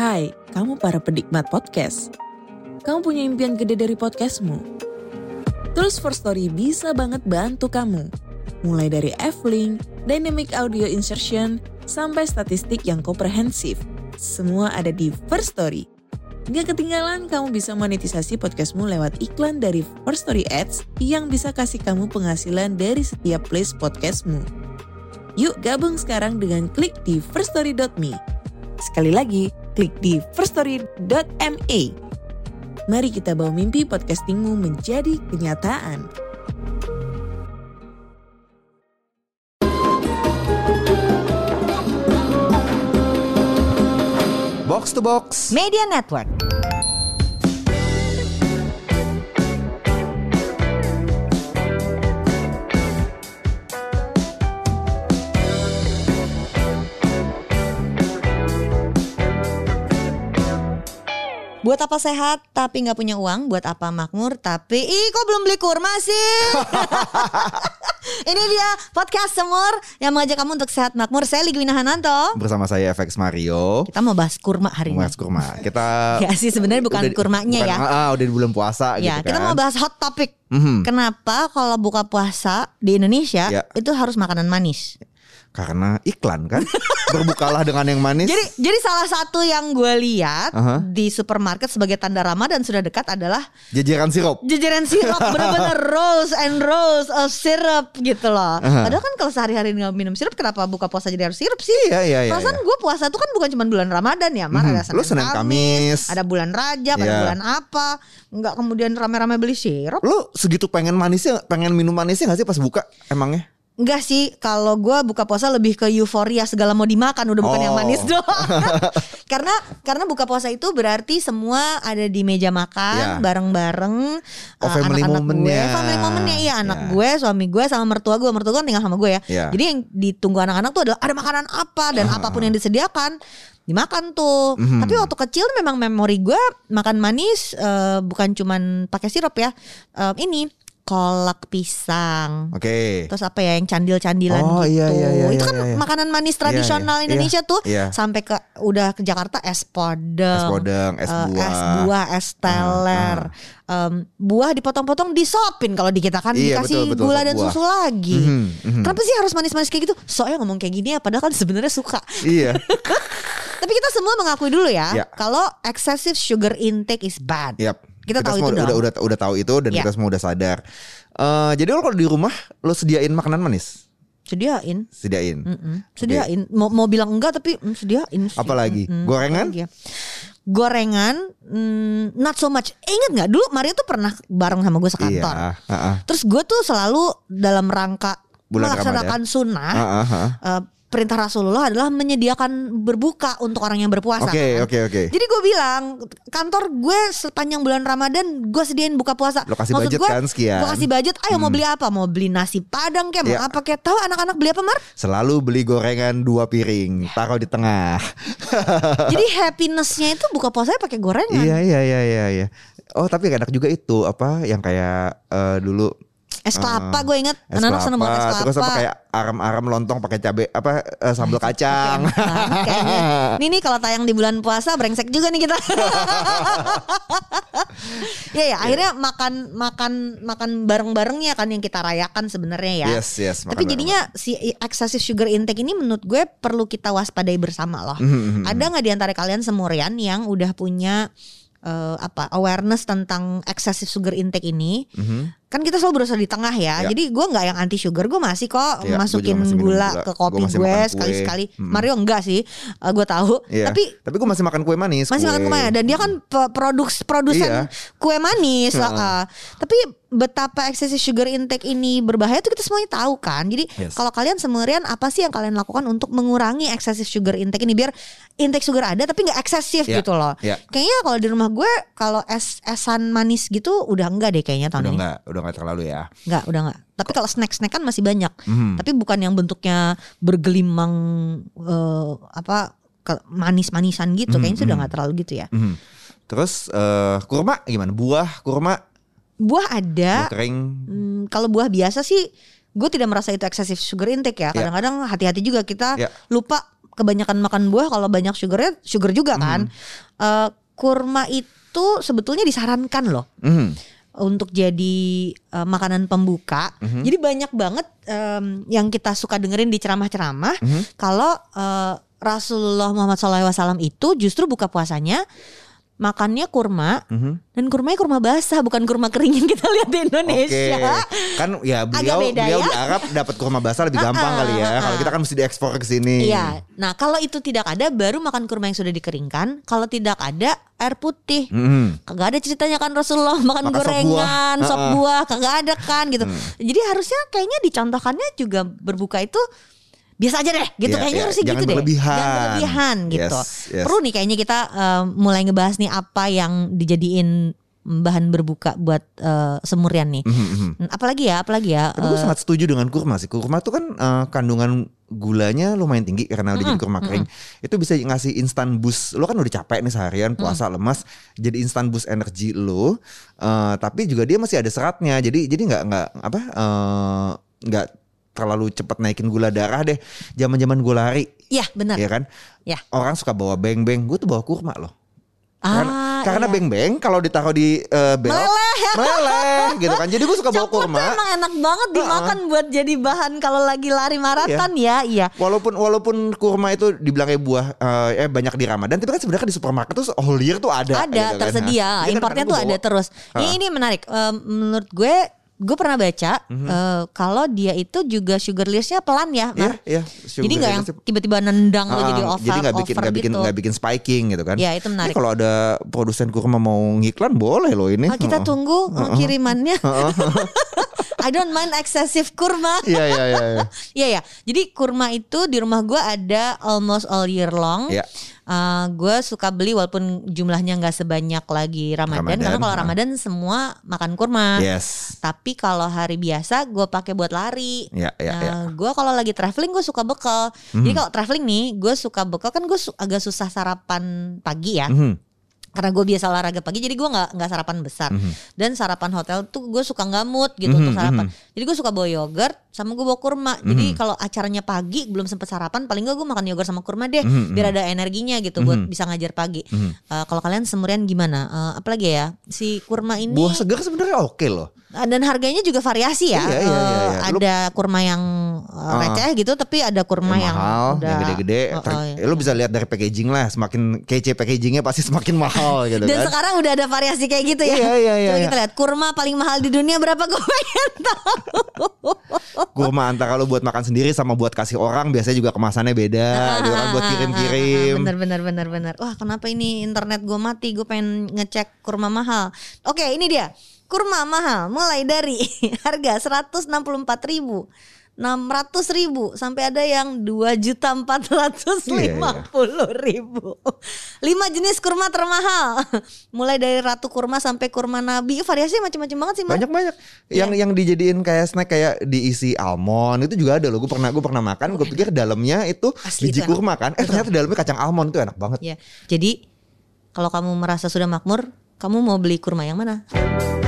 Hai, kamu para penikmat podcast. Kamu punya impian gede dari podcastmu? Tools for Story bisa banget bantu kamu. Mulai dari F-Link, Dynamic Audio Insertion, sampai statistik yang komprehensif. Semua ada di First Story. Gak ketinggalan kamu bisa monetisasi podcastmu lewat iklan dari First Story Ads yang bisa kasih kamu penghasilan dari setiap place podcastmu. Yuk gabung sekarang dengan klik di firststory.me. Sekali lagi, klik di firststory.me. Mari kita bawa mimpi podcastingmu menjadi kenyataan. Box to Box Media Network. Buat apa sehat tapi gak punya uang? Buat apa makmur tapi kok belum beli kurma sih? Ini dia podcast Semur yang mengajak kamu untuk sehat makmur. Saya Ligwina Hananto. bersama saya FX Mario. Kita mau bahas kurma hari ini. Bahas kurma. Kita ya sih sebenarnya bukan kurmanya ya. Udah di bulan puasa ya, gitu kan. Kita mau bahas hot topic. Kenapa kalau buka puasa di Indonesia itu harus makanan manis? Karena iklan kan. Berbukalah dengan yang manis. Jadi salah satu yang gue lihat di supermarket sebagai tanda Ramadan sudah dekat adalah jajaran sirup. Jajaran sirup, bener-bener rolls and rolls of syrup gitu loh. Padahal kan kalau sehari-hari nggak minum sirup, kenapa buka puasa jadi harus sirup sih? Iya. Perasaan gue puasa tuh kan bukan cuma bulan Ramadan ya, Mar. Ada Senin Kamis, ada bulan Rajab, ada bulan apa? Nggak kemudian rame-rame beli sirup. Lu segitu pengen manisnya, pengen minum manisnya nggak sih pas buka emangnya? Enggak sih, kalau gue buka puasa lebih ke euforia segala mau dimakan, udah bukan yang manis doang. Karena buka puasa itu berarti semua ada di meja makan bareng-bareng. Family momennya. Family momennya, iya, anak gue, suami gue, sama mertua gue kan tinggal sama gue ya. Jadi yang ditunggu anak-anak tuh adalah ada makanan apa dan apapun yang disediakan dimakan tuh. Tapi waktu kecil memang memori gue makan manis bukan cuman pakai sirup ya. Ini kolak pisang. Oke. Terus apa ya yang candil-candilan gitu. Iya, itu kan makanan manis tradisional Indonesia tuh. Sampai udah ke Jakarta es podeng, es buah, es teler. Buah dipotong-potong disopin kalau di kita kan dikasih betul, gula dan susu lagi. Kenapa sih harus manis-manis kayak gitu? Soalnya ngomong kayak gini ya padahal kan sebenarnya suka. Iya. Tapi kita semua mengakui dulu ya kalau excessive sugar intake is bad. Kita tahu itu udah tahu itu dan kita semua udah sadar. Jadi lo kalau di rumah lo sediain makanan manis? Sediain. Sediain. Mau bilang enggak tapi sediain. Apalagi gorengan? Gorengan not so much. Ingat nggak dulu Mario tuh pernah bareng sama gue sekantor. Terus gue tuh selalu dalam rangka melaksanakan sunnah. Perintah Rasulullah adalah menyediakan berbuka untuk orang yang berpuasa. Oke. Jadi gue bilang kantor gue sepanjang bulan Ramadan gue sediain buka puasa. Lo kasih budget kan sekian. Gue kasih budget. Ayo mau beli apa? Mau beli nasi padang kayak mau apa kayak. Tahu anak-anak beli apa Mar? Selalu beli gorengan 2 piring, taruh di tengah. Jadi happinessnya itu buka puasanya pakai gorengan. Iya. Oh tapi enak juga itu apa yang kayak dulu. Es kelapa gue inget. Anak-anak seneng banget es kelapa. Terus apa kayak aram-aram lontong pakai cabai sambal kacang. Nih kalau tayang di bulan puasa brengsek juga nih kita. Akhirnya makan bareng-barengnya kan yang kita rayakan sebenarnya ya. Yes. Tapi jadinya si excessive sugar intake ini menurut gue perlu kita waspadai bersama loh. Ada nggak di antara kalian semurian yang udah punya awareness tentang excessive sugar intake ini? Kan kita selalu berusaha di tengah ya. Jadi gue nggak yang anti sugar, gue masih kok masukin gula ke kopi gue sekali-sekali. Mario enggak sih, gue tahu. Tapi gue masih makan kue manis. Makan kue manis dan dia kan produsen kue manis. Tapi betapa excessive sugar intake ini berbahaya tuh kita semuanya tahu kan. Jadi kalau kalian semurian apa sih yang kalian lakukan untuk mengurangi excessive sugar intake ini biar intake sugar ada tapi nggak eksesif gitu loh. Kayaknya kalau di rumah gue kalau esan manis gitu udah enggak deh kayaknya tahun ini. Udah nggak terlalu ya. Udah nggak. Tapi kalau snack kan masih banyak. Tapi bukan yang bentuknya bergelimang manis-manisan gitu. Kayaknya sudah nggak terlalu gitu ya. Terus kurma gimana? Buah kurma? Buah ada. Buah kering. Kalau buah biasa sih gue tidak merasa itu excessive sugar intake ya. Kadang-kadang hati-hati juga kita lupa kebanyakan makan buah kalau banyak sugar juga kan. Kurma itu sebetulnya disarankan loh. Untuk jadi makanan pembuka. Jadi banyak banget yang kita suka dengerin di ceramah-ceramah kalau Rasulullah Muhammad SAW itu justru buka puasanya makannya kurma dan kurmanya kurma basah, bukan kurma kering yang kita lihat di Indonesia. Kan ya beliau di Arab dapat kurma basah lebih gampang kali ya. Kalau kita kan mesti diekspor ke sini. Iya. Nah, kalau itu tidak ada baru makan kurma yang sudah dikeringkan. Kalau tidak ada air putih. Kagak ada ceritanya kan Rasulullah makan gorengan, sop buah, kagak ada kan gitu. Jadi harusnya kayaknya dicontohkannya juga berbuka itu biasa aja deh gitu, kayaknya harusnya gitu deh. Jangan berlebihan gitu. Yes. Perlu nih kayaknya kita mulai ngebahas nih apa yang dijadiin bahan berbuka buat semurian nih. Apalagi ya. Tapi gue sangat setuju dengan kurma sih. Kurma tuh kan kandungan gulanya lumayan tinggi karena udah jadi kurma kering. Itu bisa ngasih instan boost. Lo kan udah capek nih seharian puasa lemas, jadi instan boost energi lo. Tapi juga dia masih ada seratnya. Jadi nggak terlalu cepat naikin gula darah deh. Zaman-zaman gue lari. Iya benar. Iya kan. Ya. Orang suka bawa beng-beng. Gue tuh bawa kurma loh. Karena beng-beng kalau ditaruh di belok meleleh gitu kan. Jadi gue suka bawa kurma. Coklat emang enak banget dimakan buat jadi bahan kalau lagi lari maraton ya. Walaupun kurma itu dibilangnya buah banyak di Ramadan, tapi kan sebenarnya di supermarket tuh whole year tuh ada gitu tersedia. Kan. Importnya tuh ada terus. Ini menarik. Menurut gue pernah baca kalau dia itu juga sugarless-nya pelan ya, Mar. Iya. Jadi nggak yang tiba-tiba nendang lo jadi over. Jadi nggak bikin spiking gitu kan. Ya itu menarik. Kalau ada produsen kurma mau ngiklan boleh loh ini. Kita tunggu kirimannya. I don't mind excessive kurma. Iya. Iya. Jadi kurma itu di rumah gue ada almost all year long. Iya. Gue suka beli walaupun jumlahnya nggak sebanyak lagi Ramadan. Karena kalau Ramadan semua makan kurma. Yes. Tapi kalau hari biasa gue pakai buat lari. Iya. Gue kalau lagi traveling gue suka bekal. Jadi kalau traveling nih gue suka bekal, kan gue agak susah sarapan pagi ya. Karena gue biasa olahraga pagi, jadi gue nggak sarapan besar. Dan sarapan hotel tuh gue suka nggak mood gitu untuk sarapan. Jadi gue suka bawa yogurt sama gue bawa kurma. Jadi kalau acaranya pagi belum sempet sarapan, paling nggak gue makan yogurt sama kurma deh, biar ada energinya gitu buat bisa ngajar pagi. Kalau kalian semurian gimana? Apalagi ya si kurma ini. Buah segar sebenarnya oke loh. Dan harganya juga variasi ya. Iya. Ada kurma yang receh gitu, tapi ada kurma yang mahal, yang gede-gede. Lu bisa lihat dari packaging lah, semakin kece packagingnya pasti semakin mahal gitu. Dan kan. Sekarang udah ada variasi kayak gitu ya. Iya. Coba kita lihat kurma paling mahal di dunia berapa, gue pengen tahu. Kurma antara lu buat makan sendiri sama buat kasih orang biasanya juga kemasannya beda. Gitu kan, buat kirim-kirim. Bener. Wah, kenapa ini internet gue mati? Gue pengen ngecek kurma mahal. Oke, ini dia. Kurma mahal mulai dari harga 164.000, 600.000 sampai ada yang 2.450.000. 5 jenis kurma termahal. Mulai dari ratu kurma sampai kurma nabi. Variasinya macam-macam banget sih, Mas. Banyak. Yang dijadiin kayak snack kayak diisi almond itu juga ada loh. Gue pernah makan, gue pikir dalamnya itu biji kurma kan. Ternyata dalamnya kacang almond, itu enak banget. Ya. Jadi kalau kamu merasa sudah makmur, kamu mau beli kurma yang mana?